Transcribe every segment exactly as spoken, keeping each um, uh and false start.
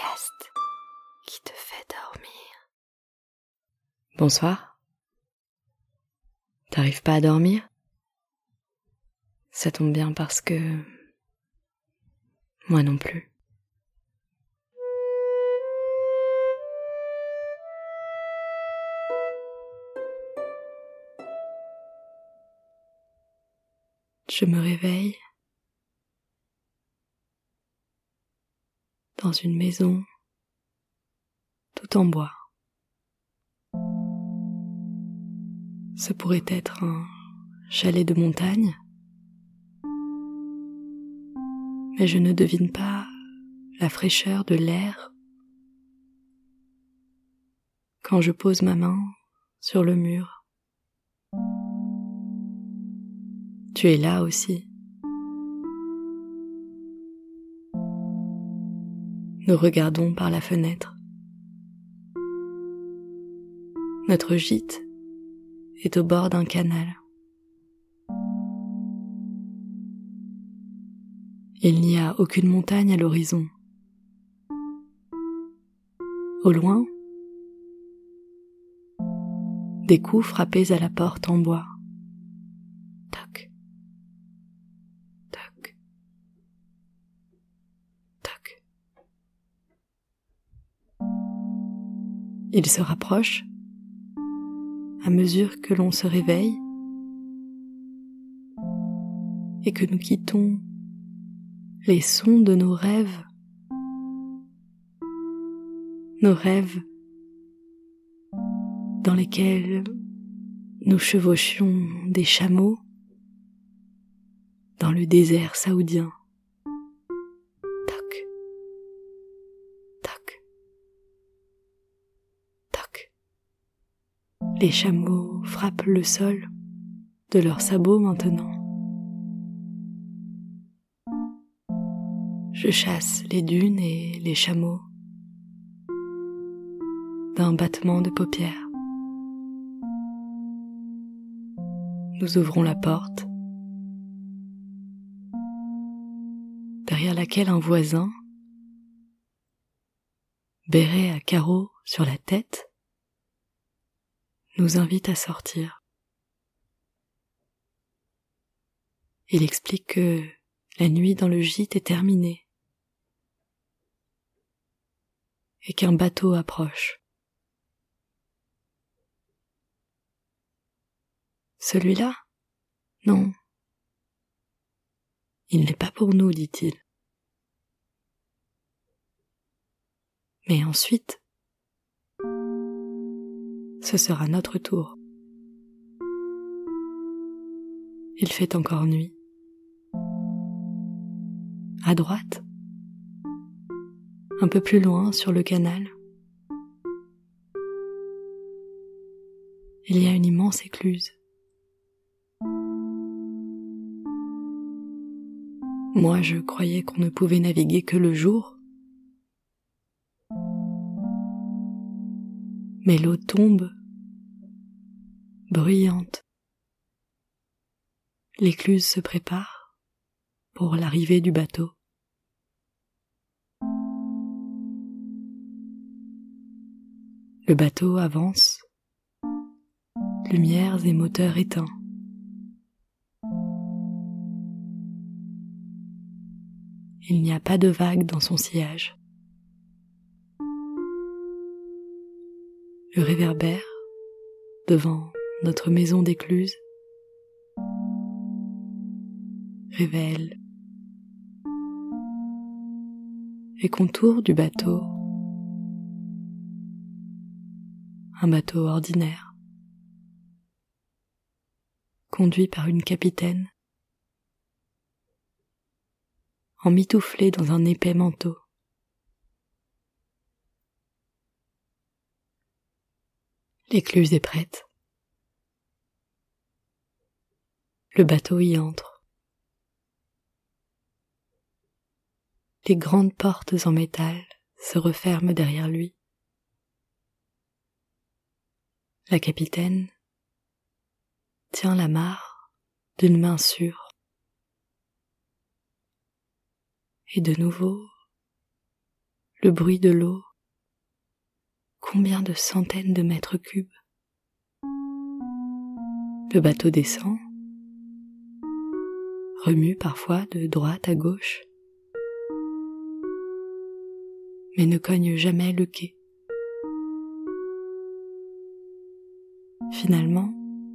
podcast qui te fait dormir. Bonsoir. T'arrives pas à dormir ? Ça tombe bien parce que... moi non plus. Je me réveille dans une maison tout en bois. Ce pourrait être un chalet de montagne, mais je ne devine pas la fraîcheur de l'air quand je pose ma main sur le mur. Tu es là aussi. Nous regardons par la fenêtre. Notre gîte est au bord d'un canal. Il n'y a aucune montagne à l'horizon. Au loin, des coups frappés à la porte en bois. Toc, toc, toc. Il se rapproche à mesure que l'on se réveille et que nous quittons les sons de nos rêves, nos rêves dans lesquels nous chevauchions des chameaux dans le désert saoudien. Toc, toc, toc. Les chameaux frappent le sol de leurs sabots maintenant. Je chasse les dunes et les chameaux d'un battement de paupières. Nous ouvrons la porte, derrière laquelle un voisin, béret à carreaux sur la tête, nous invite à sortir. Il explique que la nuit dans le gîte est terminée et qu'un bateau approche. Celui-là ? Non. Il n'est pas pour nous, dit-il. Mais ensuite, ce sera notre tour. Il fait encore nuit. À droite, un peu plus loin sur le canal, il y a une immense écluse. Moi, je croyais qu'on ne pouvait naviguer que le jour. Mais l'eau tombe, bruyante. L'écluse se prépare pour l'arrivée du bateau. Le bateau avance, lumières et moteurs éteints. Il n'y a pas de vagues dans son sillage. Le réverbère, devant notre maison d'écluse, révèle les contours du bateau. Un bateau ordinaire, conduit par une capitaine, emmitouflée dans un épais manteau. L'écluse est prête. Le bateau y entre. Les grandes portes en métal se referment derrière lui. La capitaine tient la mare d'une main sûre. Et de nouveau, le bruit de l'eau. Combien de centaines de mètres cubes. Le bateau descend, remue parfois de droite à gauche, mais ne cogne jamais le quai. Finalement,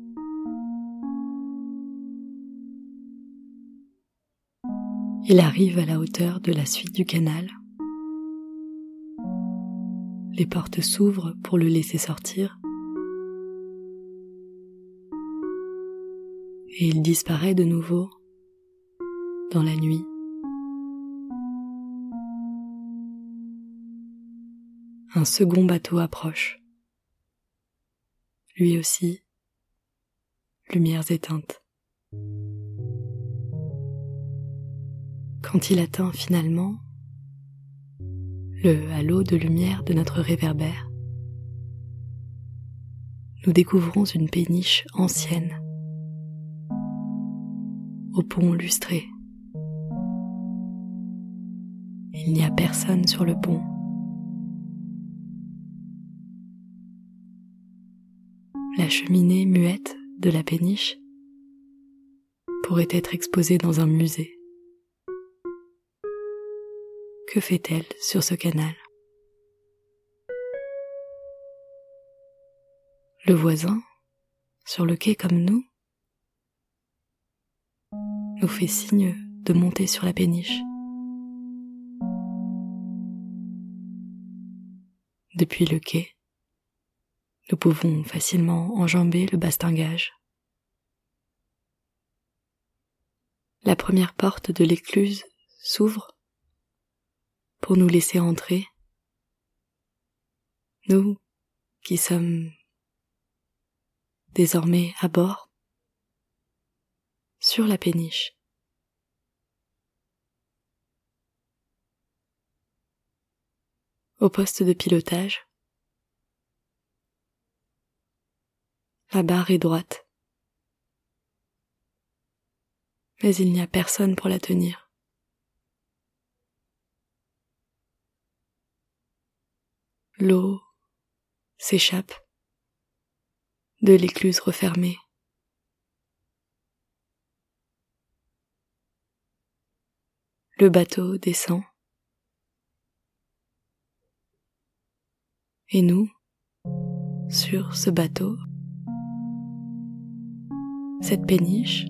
il arrive à la hauteur de la suite du canal. Les portes s'ouvrent pour le laisser sortir et il disparaît de nouveau dans la nuit. Un second bateau approche. Lui aussi, lumières éteintes. Quand il atteint finalement le halo de lumière de notre réverbère, nous découvrons une péniche ancienne, au pont lustré. Il n'y a personne sur le pont. La cheminée muette de la péniche pourrait être exposée dans un musée. Que fait-elle sur ce canal? Le voisin, sur le quai comme nous, nous fait signe de monter sur la péniche. Depuis le quai, nous pouvons facilement enjamber le bastingage. La première porte de l'écluse s'ouvre pour nous laisser entrer, nous qui sommes désormais à bord, sur la péniche. Au poste de pilotage, la barre est droite, mais il n'y a personne pour la tenir. L'eau s'échappe de l'écluse refermée. Le bateau descend. Et nous, sur ce bateau, cette péniche,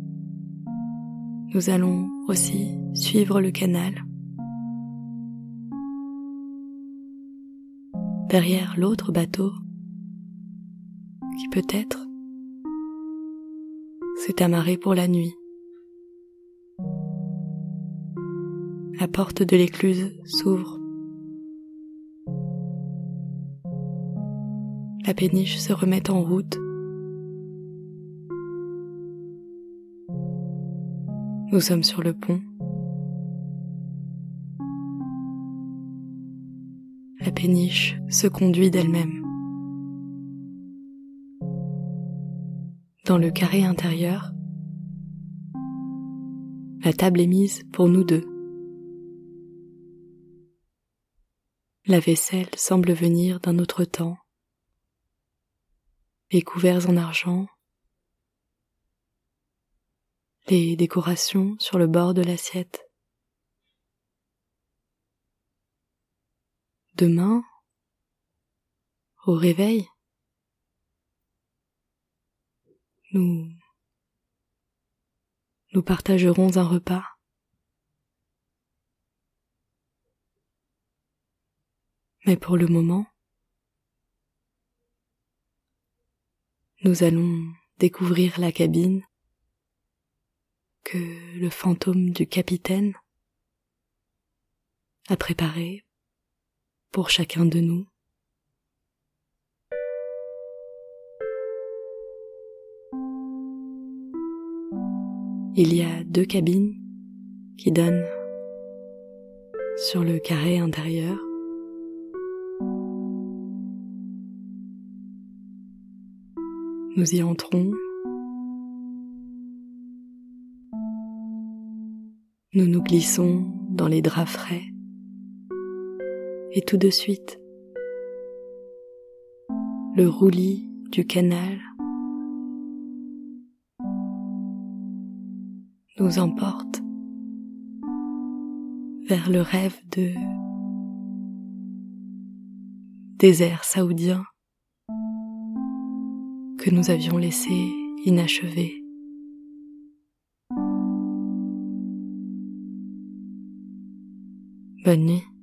nous allons aussi suivre le canal. Derrière l'autre bateau, qui peut-être s'est amarré pour la nuit. La porte de l'écluse s'ouvre. La péniche se remet en route. Nous sommes sur le pont. La péniche se conduit d'elle-même. Dans le carré intérieur, la table est mise pour nous deux. La vaisselle semble venir d'un autre temps. Les couverts en argent, les décorations sur le bord de l'assiette. Demain, au réveil, nous, nous partagerons un repas. Mais pour le moment, nous allons découvrir la cabine que le fantôme du capitaine a préparée pour chacun de nous. Il y a deux cabines qui donnent sur le carré intérieur. Nous y entrons. Nous nous glissons dans les draps frais. Et tout de suite, le roulis du canal nous emporte vers le rêve de désert saoudien que nous avions laissé inachevé. Bonne nuit.